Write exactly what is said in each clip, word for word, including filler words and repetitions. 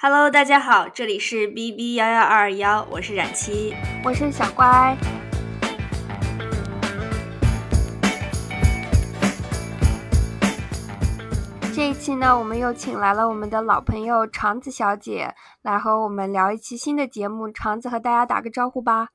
Hello， 大家好，这里是 B B 一一二一，我是冉七， 我是小乖。这一期呢，我们又请来了我们的老朋友肠子小姐来和我们聊一期新的节目。肠子和大家打个招呼吧。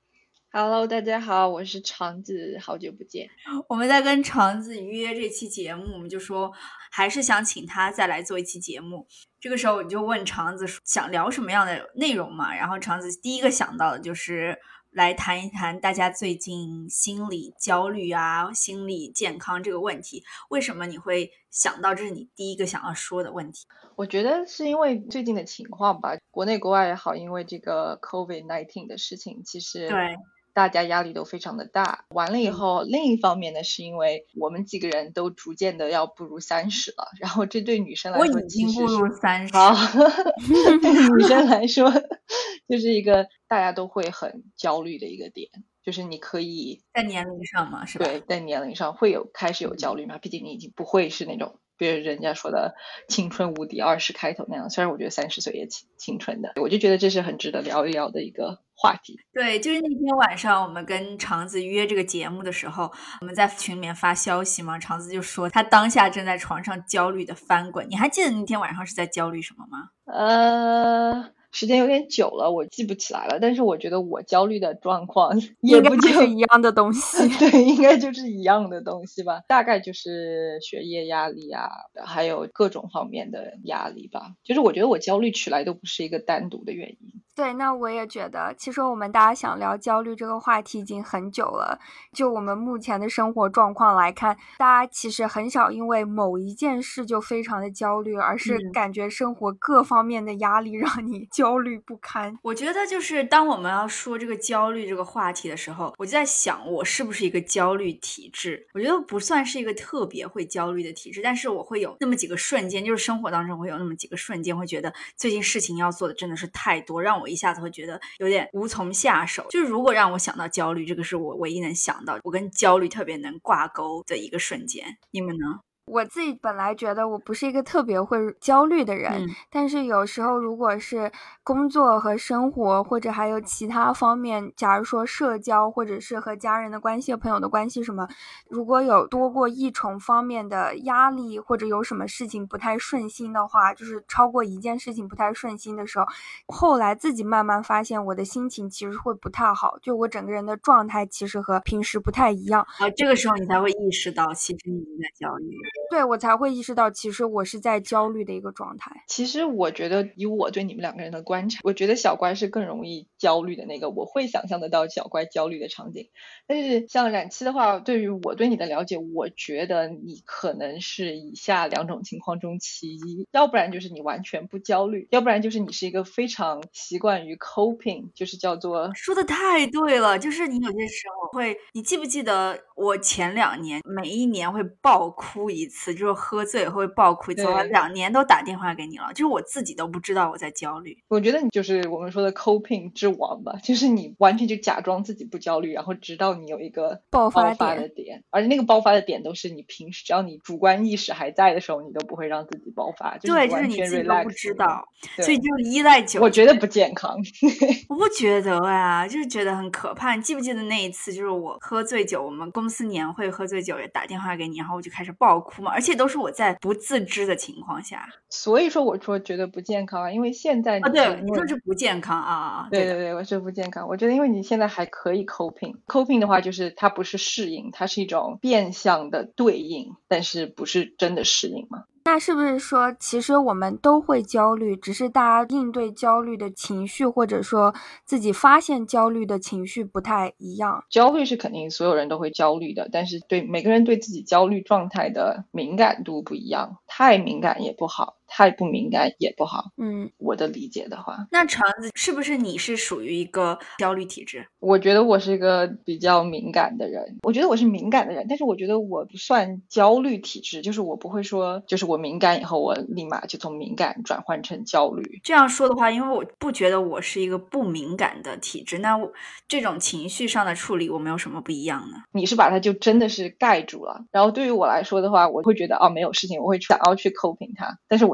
Hello， 大家好，我是肠子，好久不见。 我们在跟肠子约这期节目，我们就说还是想请他再来做一期节目。这个时候我就问肠子想聊什么样的内容嘛，然后肠子第一个想到的就是来谈一谈大家最近心理焦虑啊、心理健康这个问题。为什么你会想到这是你第一个想要说的问题？ 我觉得是因为最近的情况吧，国内国外也好，因为这个 COVID 十九 的事情，其实对大家压力都非常的大。完了以后、嗯、另一方面呢，是因为我们几个人都逐渐的要步入三十了，然后这对女生来说， 我已经步入三十， 好对女生来说就是一个大家都会很焦虑的一个点，就是你可以在年龄上嘛，是吧？ 对，在年龄上会有开始有焦虑嘛、嗯、毕竟你已经不会是那种别人人家说的青春无敌二十开头那样，虽然我觉得三十岁也青青春的，我就觉得这是很值得聊一聊的一个话题。 对，就是那天晚上我们跟肠子约这个节目的时候，我们在群里面发消息嘛，肠子就说他当下正在床上焦虑的翻滚。你还记得那天晚上是在焦虑什么吗？ 呃时间有点久了，我记不起来了，但是我觉得我焦虑的状况也不就是一样的东西对，应该就是一样的东西吧，大概就是学业压力啊，还有各种方面的压力吧，就是我觉得我焦虑起来都不是一个单独的原因。 对，那我也觉得其实我们大家想聊焦虑这个话题已经很久了，就我们目前的生活状况来看，大家其实很少因为某一件事就非常的焦虑，而是感觉生活各方面的压力让你焦虑不堪、嗯、 我觉得就是当我们要说这个焦虑这个话题的时候，我就在想我是不是一个焦虑体质。我觉得不算是一个特别会焦虑的体质，但是我会有那么几个瞬间，就是生活当中会有那么几个瞬间会觉得最近事情要做的真的是太多，让我一下子会觉得有点无从下手。就是如果让我想到焦虑，这个是我唯一能想到我跟焦虑特别能挂钩的一个瞬间。你们呢？ 我自己本来觉得我不是一个特别会焦虑的人、嗯、但是有时候如果是工作和生活或者还有其他方面，假如说社交或者是和家人的关系、朋友的关系什么，如果有多过一重方面的压力，或者有什么事情不太顺心的话，就是超过一件事情不太顺心的时候，后来自己慢慢发现我的心情其实会不太好，就我整个人的状态其实和平时不太一样啊，这个时候你才会意识到其实你在焦虑。 对，我才会意识到其实我是在焦虑的一个状态。 其实我觉得以我对你们两个人的观察，我觉得小乖是更容易焦虑的那个，我会想象得到小乖焦虑的场景。但是像冉七的话，对于我对你的了解，我觉得你可能是以下两种情况中其一，要不然就是你完全不焦虑，要不然就是你是一个非常习惯于 coping， 就是叫做说的太对了，就是你有些时候会，你记不记得我前两年每一年会爆哭一次，就是喝醉会爆哭一次，我两年都打电话给你了，就是我自己都不知道我在焦虑。 我觉得你就是我们说的 coping 之王吧，就是你完全就假装自己不焦虑，然后直到你有一个爆发的点，而且那个爆发的点都是你平时只要你主观意识还在的时候，你都不会让自己爆发，就是对，就是你自己都不知道，所以就是依赖久， 我觉得不健康。 我不觉得呀，就是觉得很可怕。你记不记得那一次，就是我喝醉酒，我们公司年会喝醉酒也打电话给你，然后我就开始爆哭嘛，而且都是我在不自知的情况下。 所以说我说觉得不健康啊，因为现在你啊、哦，对，你说是不健康啊， 对对对，我是不健康。我觉得因为你现在还可以 coping， coping 的话就是它不是适应，它是一种变相的对应，但是不是真的适应嘛。 那是不是说其实我们都会焦虑，只是大家应对焦虑的情绪或者说自己发现焦虑的情绪不太一样？ 焦虑是肯定所有人都会焦虑的，但是对每个人对自己焦虑状态的敏感度不一样，太敏感也不好，太不敏感也不好。 嗯， 我的理解的话。 那肠子是不是你是属于一个焦虑体质？ 我觉得我是一个比较敏感的人，我觉得我是敏感的人，但是我觉得我不算焦虑体质，就是我不会说就是我敏感以后我立马就从敏感转换成焦虑。 这样说的话，因为我不觉得我是一个不敏感的体质，那这种情绪上的处理我没有什么不一样呢？ 你是把它就真的是盖住了，然后对于我来说的话，我会觉得哦没有事情，我会想要去 coping 它，但是我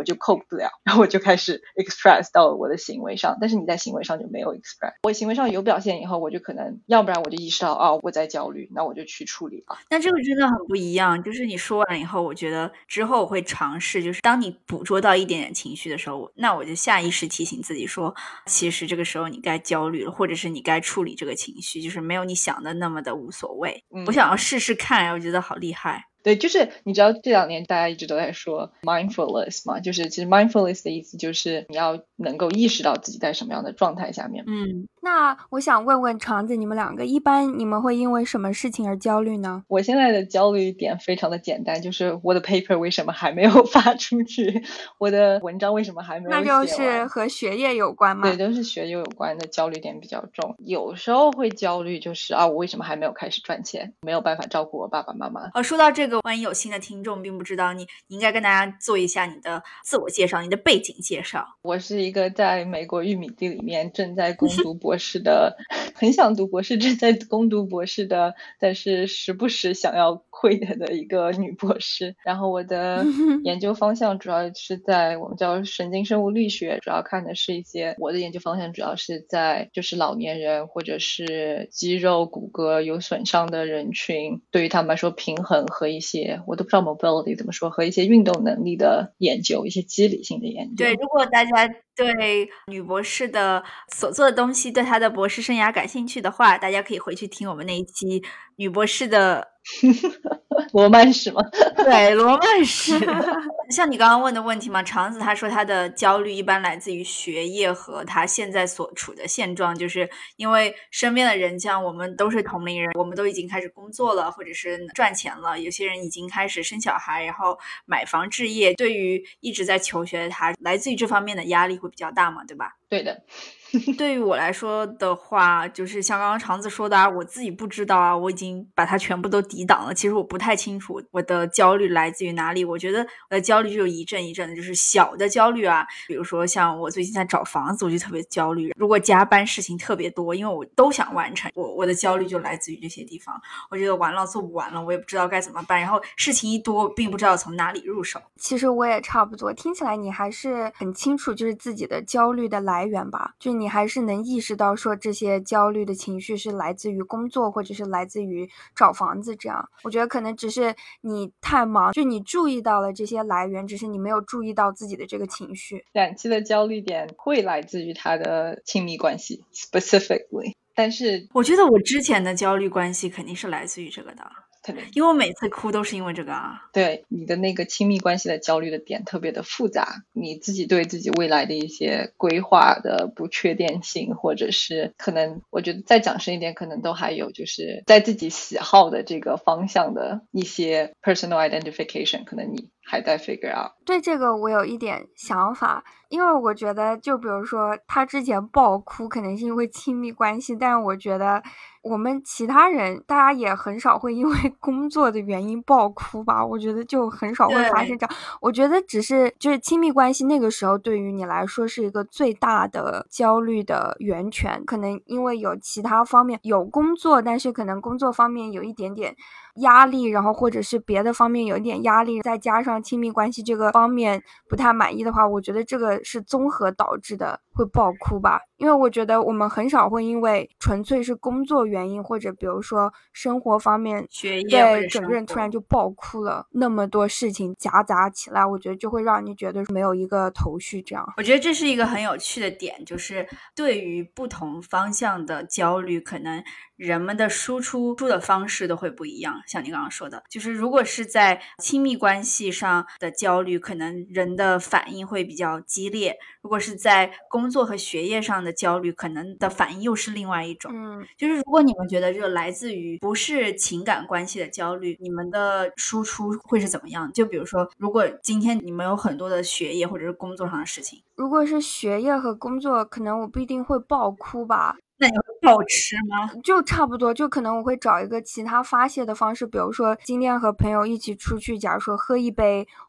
我就 cope 不了，然后我就开始 express 到我的行为上，但是你在行为上就没有 express。我行为上有表现以后，我就可能要不然我就意识到哦我在焦虑，那我就去处理了。 那这个真的很不一样，就是你说完以后，我觉得之后我会尝试，就是当你捕捉到一点点情绪的时候，那我就下意识提醒自己说，其实这个时候你该焦虑了，或者是你该处理这个情绪，就是没有你想的那么的无所谓。嗯、我想要试试看，我觉得好厉害。 对，就是你知道这两年大家一直都在说 mindfulness 嘛，就是其实 mindfulness 的意思就是你要能够意识到自己在什么样的状态下面。 嗯，那我想问问肠子，你们两个一般你们会因为什么事情而焦虑呢？ 我现在的焦虑点非常的简单，就是我的 paper 为什么还没有发出去，我的文章为什么还没有写完。 那就是和学业有关吗？ 对，都是学业有关的，焦虑点比较重。有时候会焦虑就是啊，我为什么还没有开始赚钱，没有办法照顾我爸爸妈妈。 呃，说到这个，万一有新的听众并不知道你，你应该跟大家做一下你的自我介绍，你的背景介绍。 我是一个在美国玉米地里面正在攻读博士的很想读博士，正在攻读博士的，但是时不时想要quit的一个女博士。然后我的研究方向主要是在我们叫神经生物力学，主要看的是一些我的研究方向主要是在就是老年人或者是肌肉骨骼有损伤的人群，对于他们来说平衡和一些我都不知道 mobility 怎么说，和一些运动能力的研究，一些机理性的研究。 对，如果大家对女博士的所做的东西，对她的博士生涯感兴趣的话，大家可以回去听我们那一期女博士的罗曼史吗？ 对，罗曼史。像你刚刚问的问题嘛，肠子他说他的焦虑一般来自于学业和他现在所处的现状，就是因为身边的人，像我们都是同龄人，我们都已经开始工作了，或者是赚钱了，有些人已经开始生小孩，然后买房置业，对于一直在求学的他，来自于这方面的压力会比较大嘛，对吧？ 对的。 对于我来说的话，就是像刚刚肠子说的啊，我自己不知道啊，我已经把它全部都抵挡了。其实我不太清楚我的焦虑来自于哪里。我觉得我的焦虑就一阵一阵的，就是小的焦虑啊，比如说像我最近在找房子，我就特别焦虑。如果加班事情特别多，因为我都想完成，我我的焦虑就来自于这些地方。我觉得完了做不完了，我也不知道该怎么办。然后事情一多，并不知道从哪里入手。 其实我也差不多，听起来你还是很清楚，就是自己的焦虑的来源吧，就你还是能意识到说这些焦虑的情绪是来自于工作或者是来自于找房子这样。我觉得可能只是你太忙，就你注意到了这些来源，只是你没有注意到自己的这个情绪。 短期的焦虑点会来自于他的亲密关系 specifically， 但是我觉得我之前的焦虑关系肯定是来自于这个的，因为我每次哭都是因为这个啊。 对，你的那个亲密关系的焦虑的点特别的复杂，你自己对自己未来的一些规划的不确定性，或者是可能我觉得再讲深一点，可能都还有就是在自己喜好的这个方向的一些 personal identification， 可能你还在 figure out。 对这个我有一点想法，因为我觉得就比如说他之前爆哭可能是因为亲密关系，但是我觉得我们其他人大家也很少会因为工作的原因爆哭吧，我觉得就很少会发生这样。我觉得只是就是亲密关系那个时候对于你来说是一个最大的焦虑的源泉，可能因为有其他方面有工作，但是可能工作方面有一点点压力，然后或者是别的方面有一点压力，再加上亲密关系这个方面不太满意的话，我觉得这个是综合导致的会爆哭吧。因为我觉得我们很少会因为纯粹是工作原因，或者比如说生活方面学业对整个人突然就爆哭了，那么多事情夹杂起来，我觉得就会让你觉得没有一个头绪这样。 我觉得这是一个很有趣的点，就是对于不同方向的焦虑，可能人们的输出出的方式都会不一样。像你刚刚说的，就是如果是在亲密关系上的焦虑，可能人的反应会比较激烈，如果是在工作和学业上的焦虑，可能的反应又是另外一种。 嗯， 就是如果你们觉得这个来自于不是情感关系的焦虑，你们的输出会是怎么样？就比如说如果今天你们有很多的学业或者是工作上的事情， 如果是学业和工作，可能我不一定会爆哭吧。 那你会暴吃吗？ 就差不多，就可能我会找一个其他发泄的方式，比如说今天和朋友一起出去，假如说喝一杯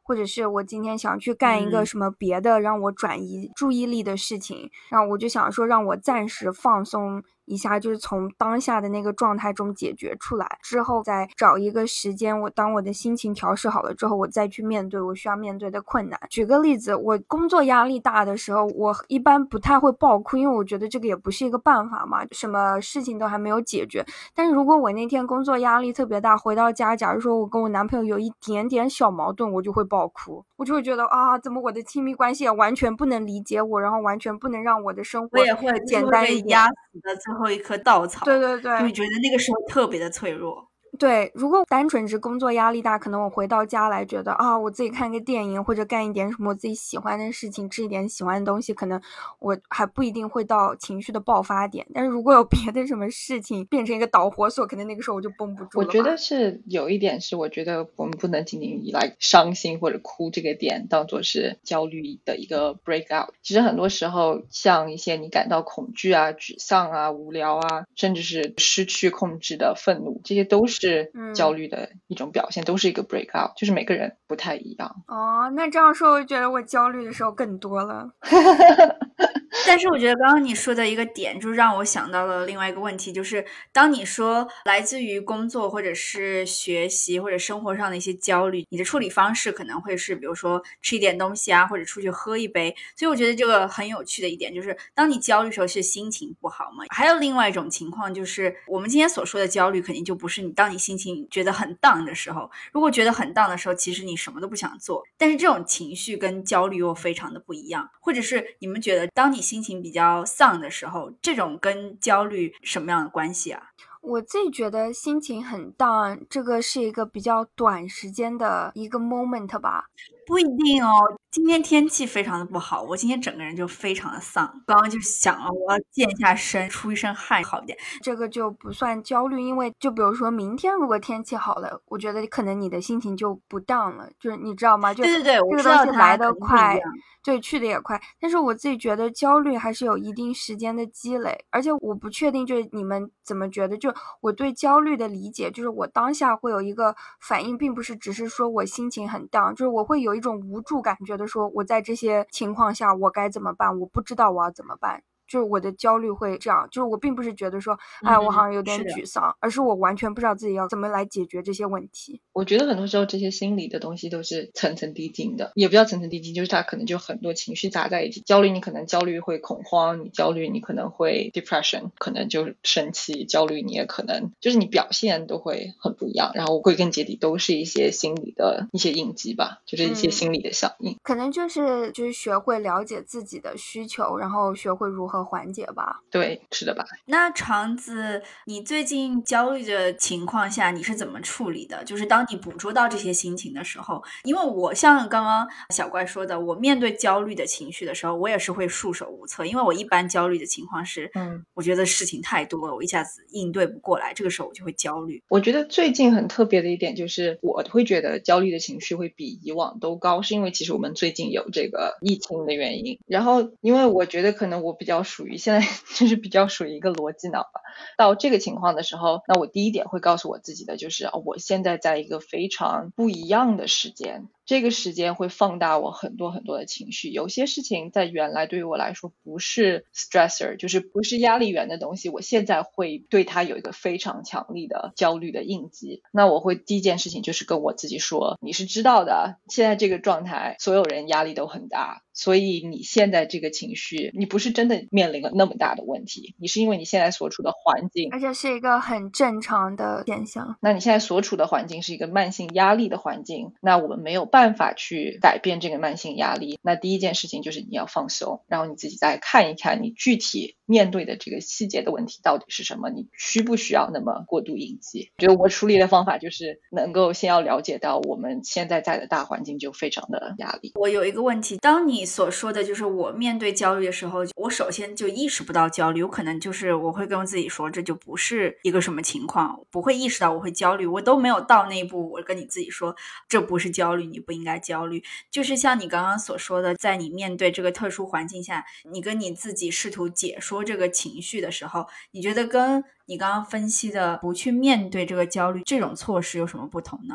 或者是我今天想去干一个什么别的让我转移注意力的事情，然后我就想说让我暂时放松一下，就是从当下的那个状态中解决出来，之后再找一个时间，我当我的心情调试好了之后，我再去面对我需要面对的困难。举个例子，我工作压力大的时候，我一般不太会爆哭，因为我觉得这个也不是一个办法嘛，什么事情都还没有解决。但是如果我那天工作压力特别大，回到家，假如说我跟我男朋友有一点点小矛盾，我就会爆哭，我就会觉得啊，怎么我的亲密关系也完全不能理解我，然后完全不能让我的生活我也会简单一点， 压死的最后一颗稻草。 对对对， 就觉得那个时候特别的脆弱。 对，如果单纯是工作压力大，可能我回到家来觉得啊，我自己看个电影或者干一点什么我自己喜欢的事情，吃一点喜欢的东西，可能我还不一定会到情绪的爆发点。但是如果有别的什么事情变成一个导火索，可能那个时候我就绷不住了吧。 我觉得是有一点是，我觉得我们不能仅仅以来伤心或者哭这个点当做是焦虑的一个 breakout。其实很多时候，像一些你感到恐惧啊、沮丧啊、无聊啊，甚至是失去控制的愤怒，这些都是是焦虑的一种表现、嗯、都是一个 breakout， 就是每个人不太一样。 哦，那这样说我觉得我焦虑的时候更多了。 但是我觉得刚刚你说的一个点就让我想到了另外一个问题，就是当你说来自于工作或者是学习或者生活上的一些焦虑，你的处理方式可能会是比如说吃一点东西啊，或者出去喝一杯。所以我觉得这个很有趣的一点就是当你焦虑的时候是心情不好嘛。还有另外一种情况就是我们今天所说的焦虑肯定就不是你当你心情觉得很 down 的时候，如果觉得很 down 的时候其实你什么都不想做，但是这种情绪跟焦虑又非常的不一样。或者是你们觉得当你心情比较丧的时候，这种跟焦虑什么样的关系啊？ 我自己觉得心情很 down， 这个是一个比较短时间的一个 moment 吧。 不一定哦，今天天气非常的不好，我今天整个人就非常的丧，刚刚就想了我要健一下身，出一身汗好一点。 这个就不算焦虑，因为就比如说明天如果天气好了，我觉得可能你的心情就不 down 了，就是你知道吗？就对对对， 这个东西来得快， 对， 去的也快。但是我自己觉得焦虑还是有一定时间的积累，而且我不确定就是你们怎么觉得，就我对焦虑的理解就是我当下会有一个反应，并不是只是说我心情很 down， 就是我会有一种无助感，觉得说我在这些情况下我该怎么办，我不知道我要怎么办，就是我的焦虑会这样，就是我并不是觉得说哎，我好像有点沮丧、嗯、而是我完全不知道自己要怎么来解决这些问题。 我觉得很多时候这些心理的东西都是层层递进的，也不叫层层递进，就是它可能就很多情绪杂在一起。焦虑你可能焦虑会恐慌，你焦虑你可能会 depression， 可能就生气，焦虑你也可能就是你表现都会很不一样，然后归根结底都是一些心理的一些应激吧，就是一些心理的响应、 嗯、可能就是就是学会了解自己的需求，然后学会如何缓解吧。 对，是的吧。 那肠子你最近焦虑的情况下你是怎么处理的？就是当你捕捉到这些心情的时候，因为我像刚刚小怪说的，我面对焦虑的情绪的时候我也是会束手无策，因为我一般焦虑的情况是嗯，我觉得事情太多了，我一下子应对不过来，这个时候我就会焦虑。 我觉得最近很特别的一点就是我会觉得焦虑的情绪会比以往都高，是因为其实我们最近有这个疫情的原因，然后因为我觉得可能我比较属于现在就是比较属于一个逻辑脑吧，到这个情况的时候，那我第一点会告诉我自己的就是、哦、我现在在一个非常不一样的时间，这个时间会放大我很多很多的情绪，有些事情在原来对于我来说不是 stressor， 就是不是压力源的东西，我现在会对它有一个非常强力的焦虑的应激。那我会第一件事情就是跟我自己说，你是知道的，现在这个状态所有人压力都很大，所以你现在这个情绪你不是真的面临了那么大的问题，你是因为你现在所处的环境， 而且是一个很正常的现象。 那你现在所处的环境是一个慢性压力的环境，那我们没有办法去改变这个慢性压力，那第一件事情就是你要放松，然后你自己再看一看你具体面对的这个细节的问题到底是什么，你需不需要那么过度应激。我觉得我处理的方法就是能够先要了解到我们现在在的大环境就非常的压力。 我有一个问题，当你所说的就是我面对焦虑的时候，我首先就意识不到焦虑，我可能就是我会跟我自己说这就不是一个什么情况，不会意识到我会焦虑，我都没有到那一步我跟你自己说这不是焦虑，你不应该焦虑。就是像你刚刚所说的，在你面对这个特殊环境下，你跟你自己试图解说这个情绪的时候，你觉得跟你刚刚分析的不去面对这个焦虑这种措施有什么不同呢？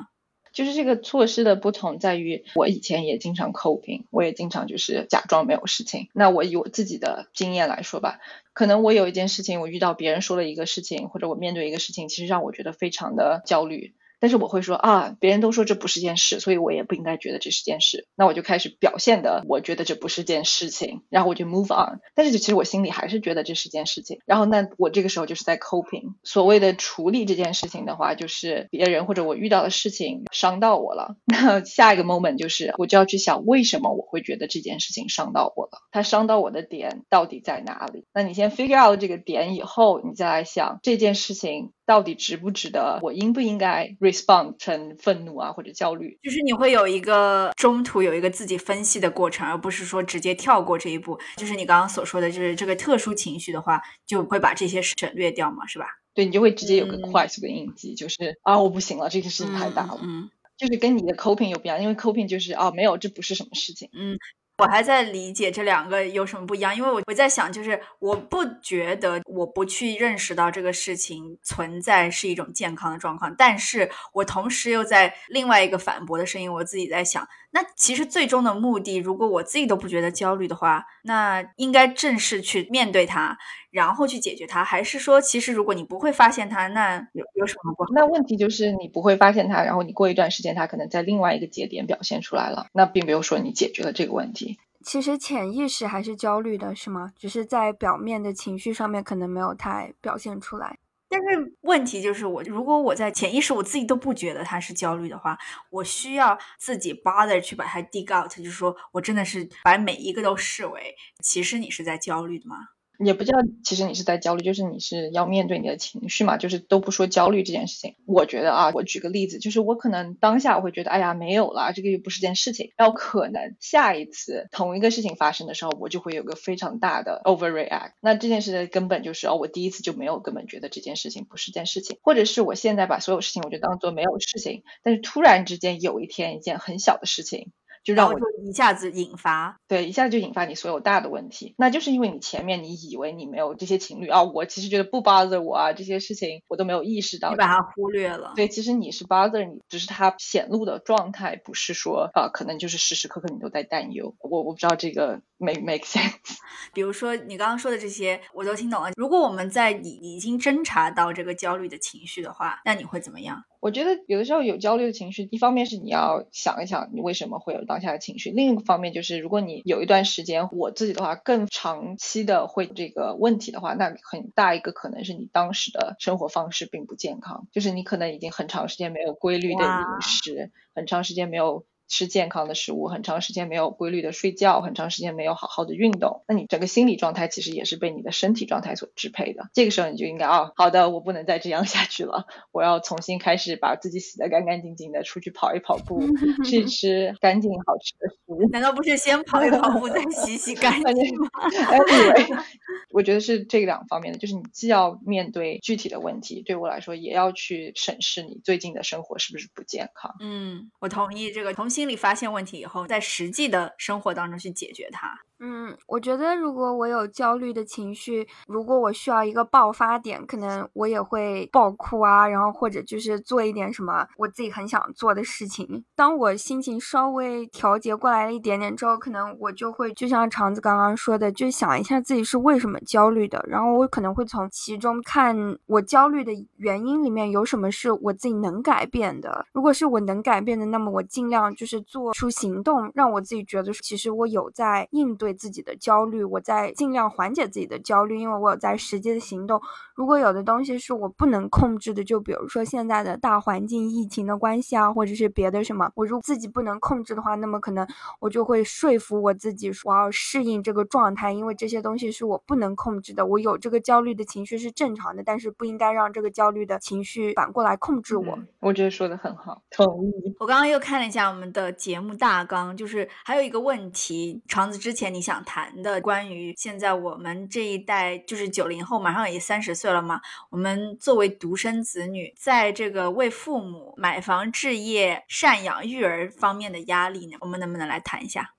就是这个措施的不同在于，我以前也经常 coping， 我也经常就是假装没有事情。那我以我自己的经验来说吧，可能我有一件事情，我遇到别人说了一个事情，或者我面对一个事情，其实让我觉得非常的焦虑，但是我会说啊，别人都说这不是件事，所以我也不应该觉得这是件事，那我就开始表现的我觉得这不是件事情，然后我就 move on， 但是其实我心里还是觉得这是件事情，然后那我这个时候就是在 coping。 所谓的处理这件事情的话，就是别人或者我遇到的事情伤到我了，那下一个 moment 就是我就要去想为什么我会觉得这件事情伤到我了，它伤到我的点到底在哪里。那你先 figure out 这个点以后，你再来想这件事情到底值不值得，我应不应该 respond 成愤怒啊或者焦虑。 就是你会有一个中途有一个自己分析的过程，而不是说直接跳过这一步。就是你刚刚所说的，就是这个特殊情绪的话就会把这些省略掉嘛，是吧？ 对，你就会直接有个快速的应激、嗯、就是啊我不行了，这个事情太大了。 嗯嗯， 就是跟你的 coping 有不一样，因为 coping 就是啊没有，这不是什么事情。 嗯，我还在理解这两个有什么不一样，因为我我在想，就是我不觉得我不去认识到这个事情存在是一种健康的状况，但是我同时又在另外一个反驳的声音，我自己在想，那其实最终的目的，如果我自己都不觉得焦虑的话，那应该正式去面对它，然后去解决它，还是说其实如果你不会发现它，那有有什么不好？ 那问题就是你不会发现它，然后你过一段时间它可能在另外一个节点表现出来了，那并没有说你解决了这个问题。 其实潜意识还是焦虑的是吗？只是在表面的情绪上面可能没有太表现出来。 但是问题就是我如果我在潜意识我自己都不觉得它是焦虑的话，我需要自己 bother 去把它 dig out， 就是说我真的是把每一个都视为其实你是在焦虑的吗？ 也不叫其实你是在焦虑，就是你是要面对你的情绪嘛，就是都不说焦虑这件事情。我觉得啊，我举个例子，就是我可能当下我会觉得哎呀没有了，这个又不是件事情，然后可能下一次同一个事情发生的时候，我就会有个非常大的 overreact， 那这件事的根本就是哦，我第一次就没有根本觉得这件事情不是件事情，或者是我现在把所有事情我就当做没有事情，但是突然之间有一天一件很小的事情就让我就一下子引发， 对，一下子就引发你所有大的问题，那就是因为你前面你以为你没有这些情绪啊，我其实觉得不 bother 我啊，这些事情我都没有意识到， 你把它忽略了。 对，其实你是 bother 你，只是它显露的状态不是说啊、呃，可能就是时时刻刻你都在担忧。我我不知道这个 make make sense。 比如说你刚刚说的这些我都听懂了，如果我们在已已经侦查到这个焦虑的情绪的话，那你会怎么样？ 我觉得有的时候有焦虑的情绪，一方面是你要想一想你为什么会有当下的情绪，另一个方面就是如果你有一段时间，我自己的话更长期的会这个问题的话，那很大一个可能是你当时的生活方式并不健康，就是你可能已经很长时间没有规律的饮食，很长时间没有吃健康的食物，很长时间没有规律的睡觉，很长时间没有好好的运动，那你整个心理状态其实也是被你的身体状态所支配的。这个时候你就应该啊，好的，我不能再这样下去了，我要重新开始把自己洗得干干净净的，出去跑一跑步，吃一吃干净好吃的食物。 难道不是先跑一跑步再洗洗干净吗？ anyway， 我觉得是这两方面的，就是你既要面对具体的问题，对我来说也要去审视你最近的生活是不是不健康。 嗯，我同意这个，从心里发现问题以后，在实际的生活当中去解决它。 嗯，我觉得如果我有焦虑的情绪，如果我需要一个爆发点，可能我也会爆哭啊，然后或者就是做一点什么我自己很想做的事情。当我心情稍微调节过来了一点点之后，可能我就会就像肠子刚刚说的，就想一下自己是为什么焦虑的，然后我可能会从其中看我焦虑的原因里面有什么是我自己能改变的。如果是我能改变的，那么我尽量就是做出行动，让我自己觉得其实我有在应对自己的焦虑，我在尽量缓解自己的焦虑，因为我有在实际的行动。如果有的东西是我不能控制的，就比如说现在的大环境疫情的关系啊，或者是别的什么，我如果自己不能控制的话，那么可能我就会说服我自己说我要适应这个状态，因为这些东西是我不能控制的，我有这个焦虑的情绪是正常的，但是不应该让这个焦虑的情绪反过来控制我。 嗯，我觉得说得很好，同意。 我刚刚又看了一下我们的节目大纲，就是还有一个问题，肠子之前你想谈的关于现在我们这一代就是九零后马上也三十岁了嘛，我们作为独生子女，在这个为父母买房置业赡养育儿方面的压力呢，我们能不能来谈一下？ 好。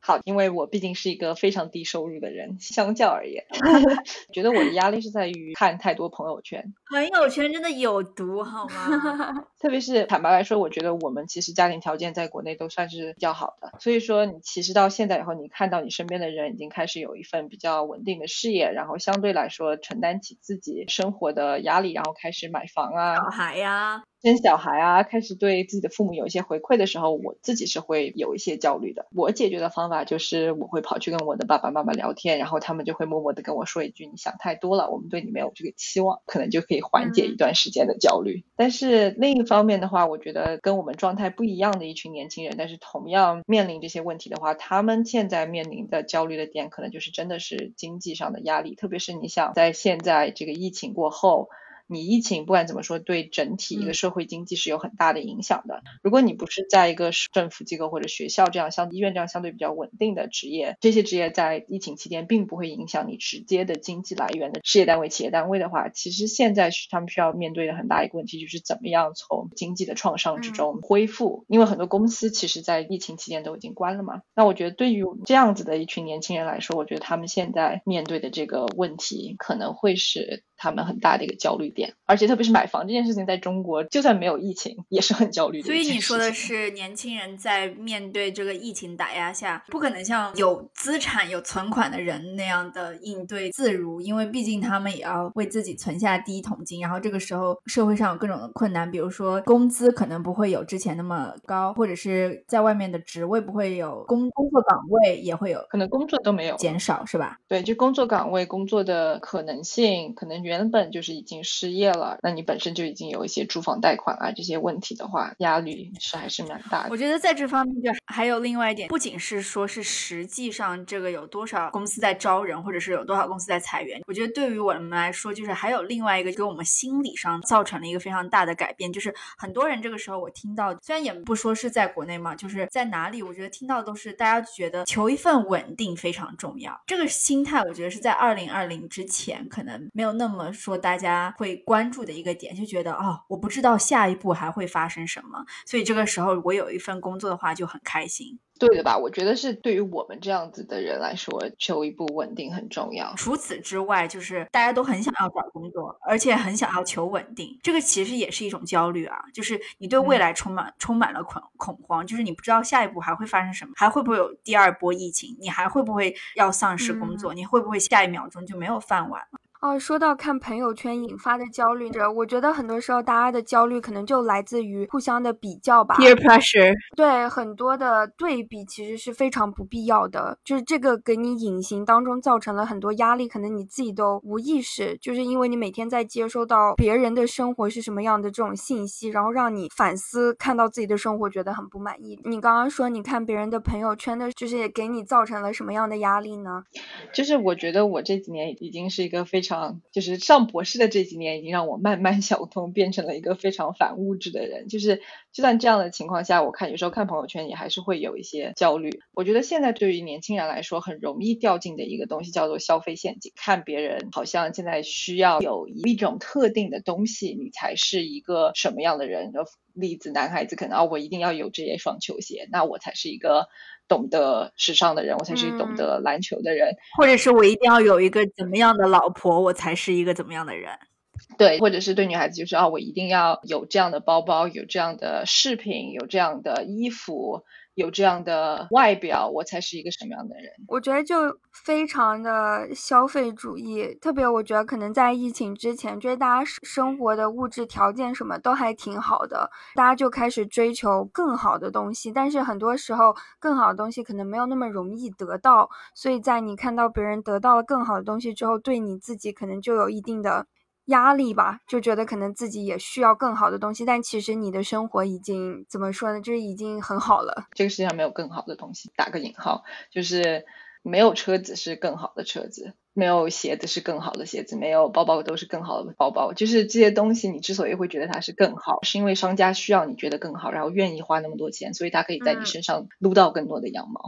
好，因为我毕竟是一个非常低收入的人，相较而言觉得我的压力是在于看太多朋友圈。 朋友圈真的有毒好吗？ 特别是坦白来说，我觉得我们其实家庭条件在国内都算是比较好的，所以说你其实到现在以后，你看到你身边的人已经开始有一份比较稳定的事业，然后相对来说承担起自己生活的压力，然后开始买房啊， 小孩呀、啊生小孩啊，开始对自己的父母有一些回馈的时候，我自己是会有一些焦虑的。我解决的方法就是我会跑去跟我的爸爸妈妈聊天，然后他们就会默默的跟我说一句，你想太多了，我们对你没有这个期望，可能就可以缓解一段时间的焦虑、嗯、但是另一方面的话，我觉得跟我们状态不一样的一群年轻人，但是同样面临这些问题的话，他们现在面临的焦虑的点可能就是真的是经济上的压力，特别是你想在现在这个疫情过后，你疫情不管怎么说对整体一个社会经济是有很大的影响的、嗯、如果你不是在一个政府机构或者学校这样像医院这样相对比较稳定的职业，这些职业在疫情期间并不会影响你直接的经济来源的事业单位企业单位的话，其实现在他们需要面对的很大一个问题就是怎么样从经济的创伤之中恢复、嗯、因为很多公司其实在疫情期间都已经关了嘛。那我觉得对于这样子的一群年轻人来说，我觉得他们现在面对的这个问题可能会是他们很大的一个焦虑点，而且特别是买房这件事情在中国就算没有疫情也是很焦虑的一件事情。 所以你说的是年轻人在面对这个疫情打压下不可能像有资产有存款的人那样的应对自如，因为毕竟他们也要为自己存下第一桶金，然后这个时候社会上有各种的困难，比如说工资可能不会有之前那么高，或者是在外面的职位不会有，工工作岗位也会有可能工作都没有减少，是吧？ 对，就工作岗位工作的可能性，可能原本就是已经失业了，那你本身就已经有一些住房贷款啊这些问题的话，压力是还是蛮大的。 我觉得在这方面就还有另外一点，不仅是说是实际上这个有多少公司在招人，或者是有多少公司在裁员，我觉得对于我们来说就是还有另外一个给我们心理上造成了一个非常大的改变，就是很多人这个时候我听到，虽然也不说是在国内嘛，就是在哪里我觉得听到都是大家觉得求一份稳定非常重要，这个心态我觉得是在二零二零之前可能没有那么说大家会关注的一个点，就觉得哦，我不知道下一步还会发生什么，所以这个时候我有一份工作的话就很开心。 对的吧，我觉得是对于我们这样子的人来说，求一步稳定很重要。 除此之外，就是大家都很想要找工作，而且很想要求稳定，这个其实也是一种焦虑啊，就是你对未来充满、嗯、充满了恐恐慌，就是你不知道下一步还会发生什么，还会不会有第二波疫情，你还会不会要丧失工作、嗯、你会不会下一秒钟就没有饭碗了。 哦，说到看朋友圈引发的焦虑，我觉得很多时候大家的焦虑可能就来自于互相的比较吧。 Peer pressure。 对，很多的对比其实是非常不必要的，就是这个给你隐形当中造成了很多压力，可能你自己都无意识，就是因为你每天在接收到别人的生活是什么样的这种信息，然后让你反思，看到自己的生活觉得很不满意。你刚刚说你看别人的朋友圈的，就是给你造成了什么样的压力呢？ 就是我觉得我这几年已经是一个非常就是上博士的这几年已经让我慢慢小通变成了一个非常反物质的人，就是就算这样的情况下，我看有时候看朋友圈也还是会有一些焦虑。我觉得现在对于年轻人来说很容易掉进的一个东西叫做消费陷阱，看别人好像现在需要有一种特定的东西你才是一个什么样的人，例子男孩子可能哦，我一定要有这双球鞋，那我才是一个懂得时尚的人，我才是懂得篮球的人、嗯、 或者是我一定要有一个怎么样的老婆，我才是一个怎么样的人。 对，或者是对女孩子就是啊、哦，我一定要有这样的包包，有这样的饰品，有这样的衣服，有这样的外表，我才是一个什么样的人。 我觉得就非常的消费主义，特别我觉得可能在疫情之前，就是大家生活的物质条件什么都还挺好的，大家就开始追求更好的东西，但是很多时候更好的东西可能没有那么容易得到，所以在你看到别人得到了更好的东西之后，对你自己可能就有一定的压力吧，就觉得可能自己也需要更好的东西，但其实你的生活已经怎么说呢，就是已经很好了。 这个世界上没有更好的东西，打个引号，就是没有车子是更好的车子，没有鞋子是更好的鞋子，没有包包都是更好的包包，就是这些东西你之所以会觉得它是更好，是因为商家需要你觉得更好，然后愿意花那么多钱，所以他可以在你身上撸到更多的羊毛、嗯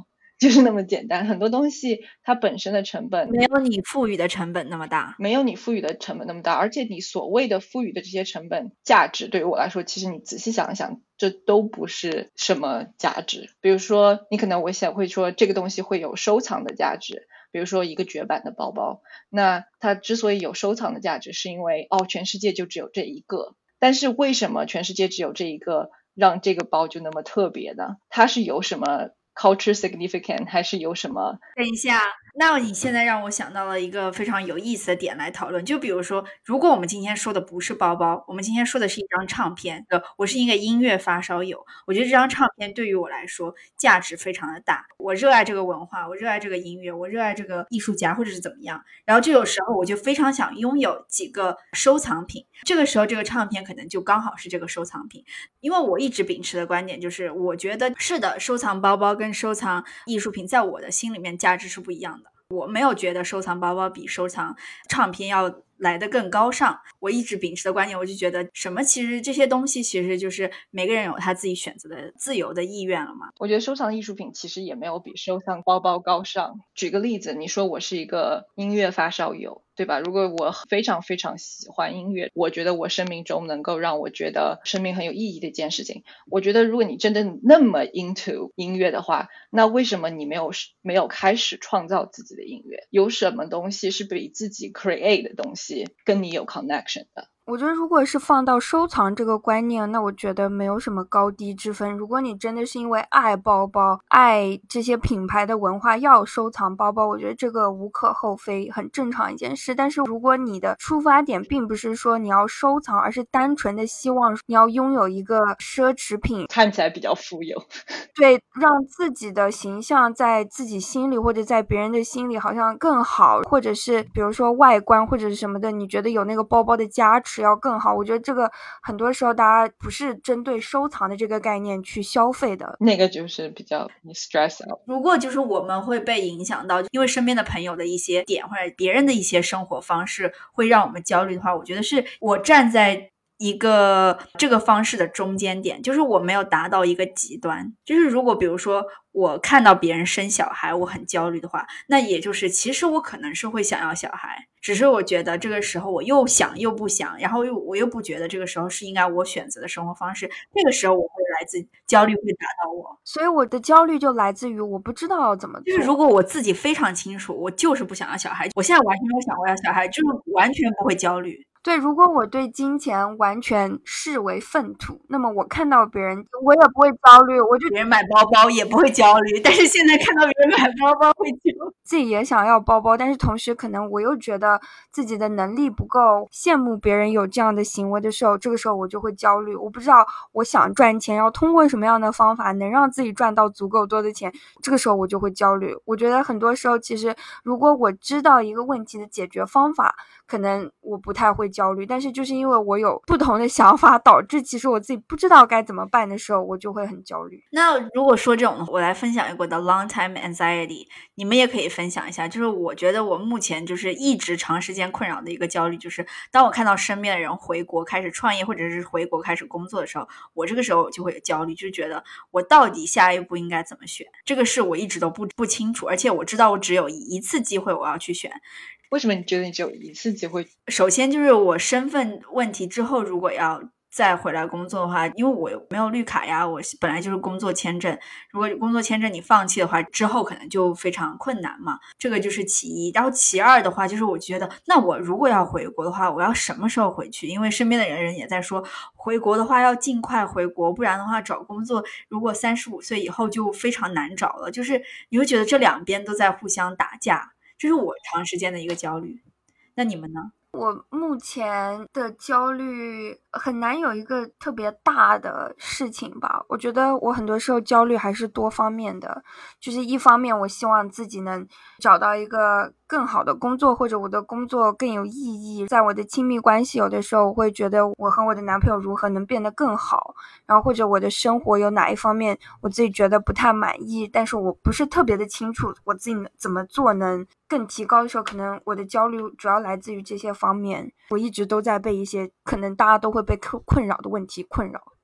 就是那么简单。很多东西它本身的成本没有你赋予的成本那么大， 没有你赋予的成本那么大，而且你所谓的赋予的这些成本价值，对于我来说，其实你仔细想一想，这都不是什么价值。比如说你可能我想会说这个东西会有收藏的价值，比如说一个绝版的包包，那它之所以有收藏的价值，是因为哦全世界就只有这一个。但是为什么全世界只有这一个，让这个包就那么特别呢？它是有什么 culture significant 还是有什么？ 等一下，那你现在让我想到了一个非常有意思的点来讨论，就比如说，如果我们今天说的不是包包，我们今天说的是一张唱片，呃，我是一个音乐发烧友，我觉得这张唱片对于我来说价值非常的大，我热爱这个文化，我热爱这个音乐，我热爱这个艺术家或者是怎么样，然后这个时候我就非常想拥有几个收藏品，这个时候这个唱片可能就刚好是这个收藏品。因为我一直秉持的观点就是，我觉得是的，收藏包包跟收藏艺术品在我的心里面价值是不一样的，我没有觉得收藏包包比收藏唱片要来得更高尚。我一直秉持的观点，我就觉得什么其实这些东西其实就是每个人有他自己选择的自由的意愿了嘛。 我觉得收藏艺术品其实也没有比收藏包包高尚。举个例子，你说我是一个音乐发烧友，对吧？如果我非常非常喜欢音乐，我觉得我生命中能够让我觉得生命很有意义的一件事情，我觉得如果你真的那么 into 音乐的话，那为什么你没有没有开始创造自己的音乐？有什么东西是比自己 create 的东西跟你有 connection 的？ 我觉得如果是放到收藏这个观念，那我觉得没有什么高低之分。如果你真的是因为爱包包，爱这些品牌的文化要收藏包包，我觉得这个无可厚非，很正常一件事。但是如果你的出发点并不是说你要收藏，而是单纯的希望你要拥有一个奢侈品， 看起来比较富有， 对，让自己的形象在自己心里或者在别人的心里好像更好，或者是比如说外观或者是什么的，你觉得有那个包包的加持要更好，我觉得这个很多时候大家不是针对收藏的这个概念去消费的， 那个就是比较你 stress out。 如果就是我们会被影响到，因为身边的朋友的一些点或者别人的一些生活方式会让我们焦虑的话，我觉得是我站在一个这个方式的中间点，就是我没有达到一个极端。就是如果比如说我看到别人生小孩我很焦虑的话，那也就是其实我可能是会想要小孩，只是我觉得这个时候我又想又不想，然后又我又不觉得这个时候是应该我选择的生活方式，这个时候我会来自焦虑会打到我。 所以我的焦虑就来自于我不知道要怎么做。 就是如果我自己非常清楚我就是不想要小孩，我现在完全没有想过要小孩，就是完全不会焦虑。 对，如果我对金钱完全视为粪土，那么我看到别人我也不会焦虑，我就别人买包包也不会焦虑，但是现在看到别人买包包会焦虑。 自己也想要包包，但是同时可能我又觉得自己的能力不够，羡慕别人有这样的行为的时候，这个时候我就会焦虑。我不知道我想赚钱要通过什么样的方法能让自己赚到足够多的钱，这个时候我就会焦虑。我觉得很多时候其实如果我知道一个问题的解决方法，可能我不太会焦虑，但是就是因为我有不同的想法，导致其实我自己不知道该怎么办的时候，我就会很焦虑。 那如果说这种，我来分享一个我的 long time anxiety， 你们也可以分享一下。就是我觉得我目前就是一直长时间困扰的一个焦虑，就是当我看到身边的人回国开始创业，或者是回国开始工作的时候，我这个时候就会有焦虑，就是觉得我到底下一步应该怎么选，这个是我一直都不不清楚，而且我知道我只有一次机会我要去选。 为什么你觉得你只有一次机会？ 首先就是我身份问题之后如果要再回来工作的话，因为我没有绿卡呀，我本来就是工作签证，如果工作签证你放弃的话，之后可能就非常困难嘛，这个就是其一。然后其二的话，就是我觉得那我如果要回国的话，我要什么时候回去？因为身边的人人也在说回国的话要尽快回国，不然的话找工作如果三十五岁以后就非常难找了，就是你会觉得这两边都在互相打架，这是我长时间的一个焦虑。那你们呢？ 我目前的焦虑很难有一个特别大的事情吧，我觉得我很多时候焦虑还是多方面的，就是一方面我希望自己能找到一个更好的工作，或者我的工作更有意义，在我的亲密关系有的时候我会觉得我和我的男朋友如何能变得更好，然后或者我的生活有哪一方面我自己觉得不太满意，但是我不是特别的清楚我自己怎么做能更提高的时候，可能我的焦虑主要来自于这些方面，我一直都在被一些可能大家都会被困扰的问题困扰。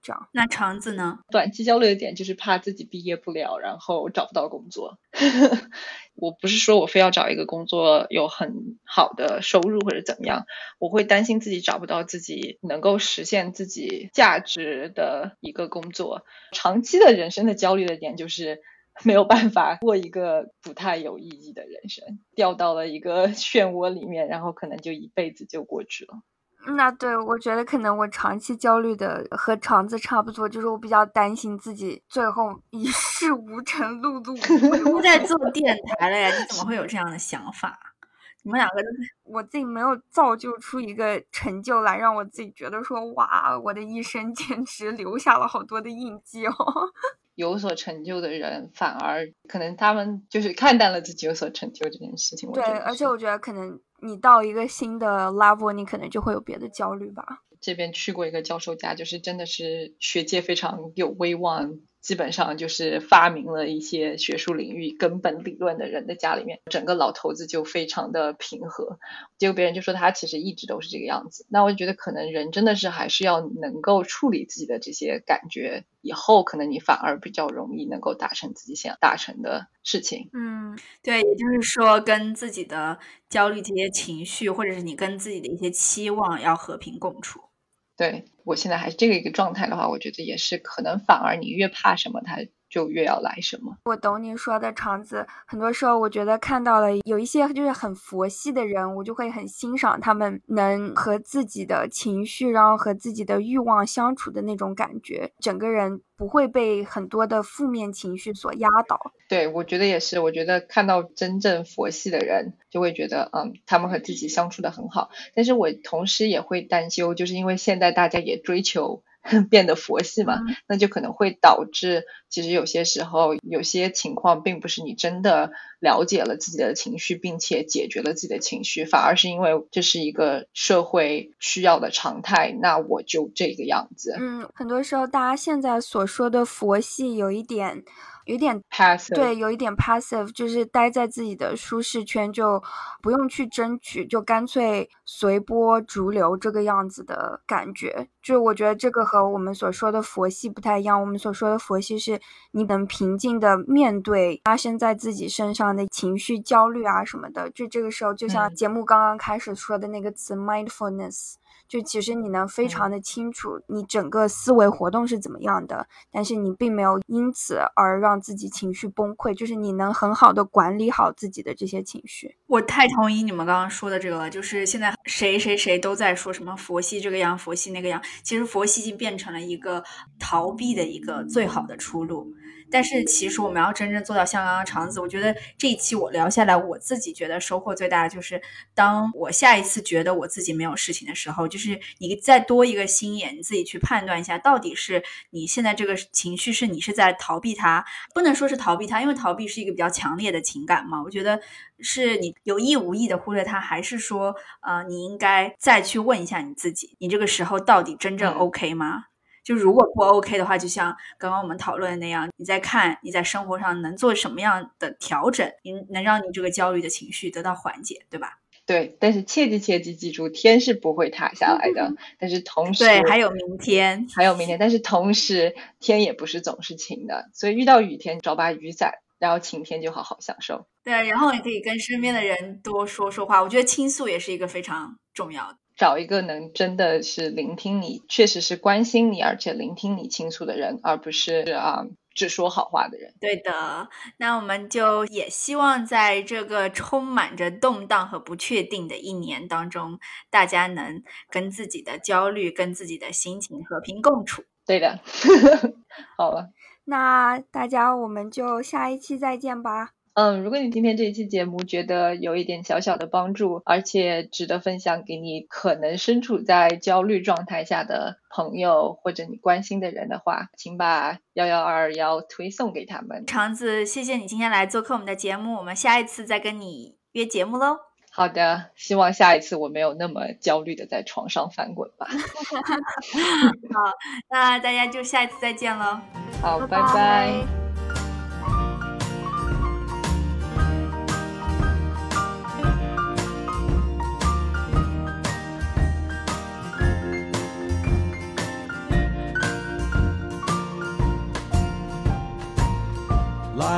这样。 那肠子呢？ 短期焦虑的点就是怕自己毕业不了，然后找不到工作。我不是说我非要找一个工作有很好的收入或者怎么样，我会担心自己找不到自己能够实现自己价值的一个工作。长期的人生的焦虑的点就是没有办法过一个不太有意义的人生，掉到了一个漩涡里面，然后可能就一辈子就过去了。 那对，我觉得可能我长期焦虑的和肠子差不多，就是我比较担心自己最后一事无成，碌碌无为。 我在做电台了呀，你怎么会有这样的想法？你们两个都是， 我自己没有造就出一个成就来，让我自己觉得说，哇，我的一生简直留下了好多的印记哦。 有所成就的人反而可能他们就是看淡了自己有所成就这件事情。 对，而且我觉得可能你到一个新的 level， 你可能就会有别的焦虑吧。 这边去过一个教授家，就是真的是学界非常有威望，基本上就是发明了一些学术领域根本理论的人的家里面，整个老头子就非常的平和。结果别人就说他其实一直都是这个样子。那我觉得可能人真的是还是要能够处理自己的这些感觉，以后可能你反而比较容易能够达成自己想达成的事情。 嗯， 对，也就是说跟自己的焦虑这些情绪，或者是你跟自己的一些期望要和平共处。 对，我现在还是这个一个状态的话，我觉得也是可能反而你越怕什么，它就越要来什么。 我懂你说的，肠子。很多时候我觉得看到了有一些就是很佛系的人，我就会很欣赏他们能和自己的情绪，然后和自己的欲望相处的那种感觉，整个人不会被很多的负面情绪所压倒。 对，我觉得也是。我觉得看到真正佛系的人，就会觉得嗯，他们和自己相处的很好。但是我同时也会担忧，就是因为现在大家也追求变得佛系嘛， 嗯， 那就可能会导致其实有些时候有些情况并不是你真的了解了自己的情绪并且解决了自己的情绪，反而是因为这是一个社会需要的常态，那我就这个样子。 嗯，很多时候大家现在所说的佛系有一点有一点 passive， 对，有一点 passive， 就是待在自己的舒适圈，就不用去争取，就干脆随波逐流这个样子的感觉。就我觉得这个和我们所说的佛系不太一样，我们所说的佛系是你能平静的面对发生在自己身上的情绪焦虑啊什么的，就这个时候就像节目刚刚开始说的那个词 mindfulness，就其实你能非常的清楚你整个思维活动是怎么样的，但是你并没有因此而让自己情绪崩溃，就是你能很好的管理好自己的这些情绪。 我太同意你们刚刚说的这个了，就是现在谁谁谁都在说什么佛系这个样，佛系那个样，其实佛系已经变成了一个逃避的一个最好的出路。但是其实我们要真正做到像刚刚肠子，我觉得这一期我聊下来，我自己觉得收获最大的就是当我下一次觉得我自己没有事情的时候，就是你再多一个心眼，你自己去判断一下，到底是你现在这个情绪是你是在逃避它，不能说是逃避它，因为逃避是一个比较强烈的情感嘛，我觉得是你有意无意的忽略它，还是说呃，你应该再去问一下你自己，你这个时候到底真正 OK 吗？嗯，就如果不 OK 的话，就像刚刚我们讨论的那样，你在看你在生活上能做什么样的调整，能让你这个焦虑的情绪得到缓解，对吧？ 对，但是切记切记记住，天是不会塌下来的。但是同时， 对，还有明天， 还有明天。但是同时，天也不是总是晴的，所以遇到雨天找把雨伞，然后晴天就好好享受。 对，然后你可以跟身边的人多说说话，我觉得倾诉也是一个非常重要的。 找一个能真的是聆听你，确实是关心你，而且聆听你倾诉的人，而不是啊、嗯、只说好话的人。 对的，那我们就也希望在这个充满着动荡和不确定的一年当中，大家能跟自己的焦虑、跟自己的心情和平共处。 对的，好了， 那大家我们就下一期再见吧。 嗯，如果你今天这一期节目觉得有一点小小的帮助，而且值得分享给你可能身处在焦虑状态下的朋友或者你关心的人的话，请把一一二一推送给他们。 肠子，谢谢你今天来做客我们的节目，我们下一次再跟你约节目咯。 好的，希望下一次我没有那么焦虑的在床上翻滚吧。 好，那大家就下一次再见了。 好，拜拜。 拜拜。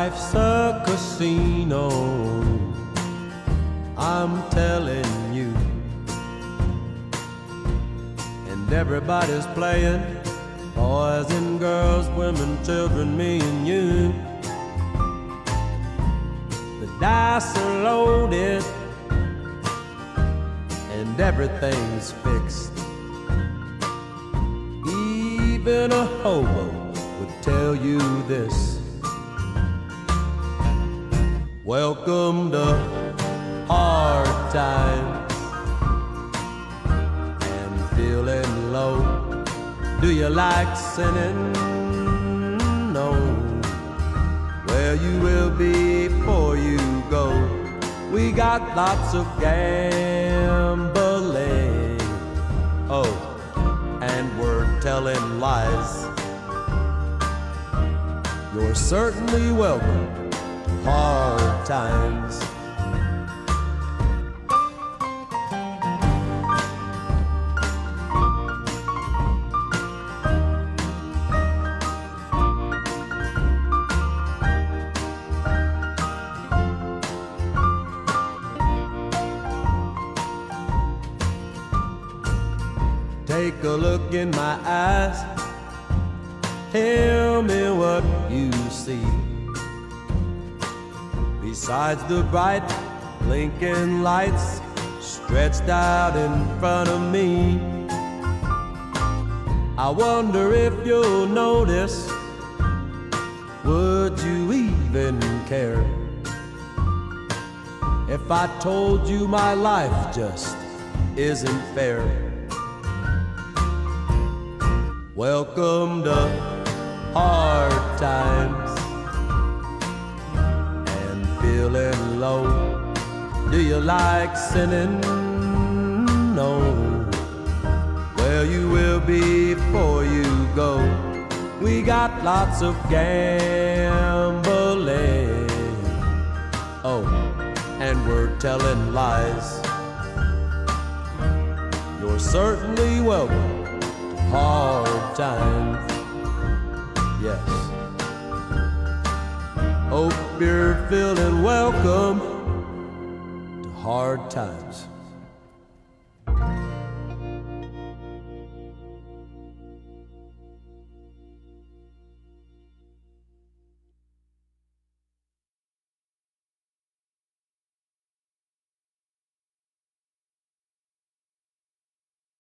Life's a casino, I'm telling you, and everybody's playing, boys and girls, women, children, me and you. The dice are loaded and everything's fixed. Even a hobo would tell you this. Welcome to hard times and feeling low. Do you like sinning? No. Well, you will be before you go. We got lots of gambling. Oh, and we're telling lies. You're certainly welcome to hard times. Take a look in my eyes, tell me what you see. Besides the bright blinking lights stretched out in front of me, I wonder if you'll notice, would you even care if I told you my life just isn't fair? Welcome to hard times and feeling low. Do you like sinning? No. Well, you will be before you go. We got lots of gambling. Oh, and we're telling lies. You're certainly welcome. Hard times, yes. Hope you're feeling welcome to hard times.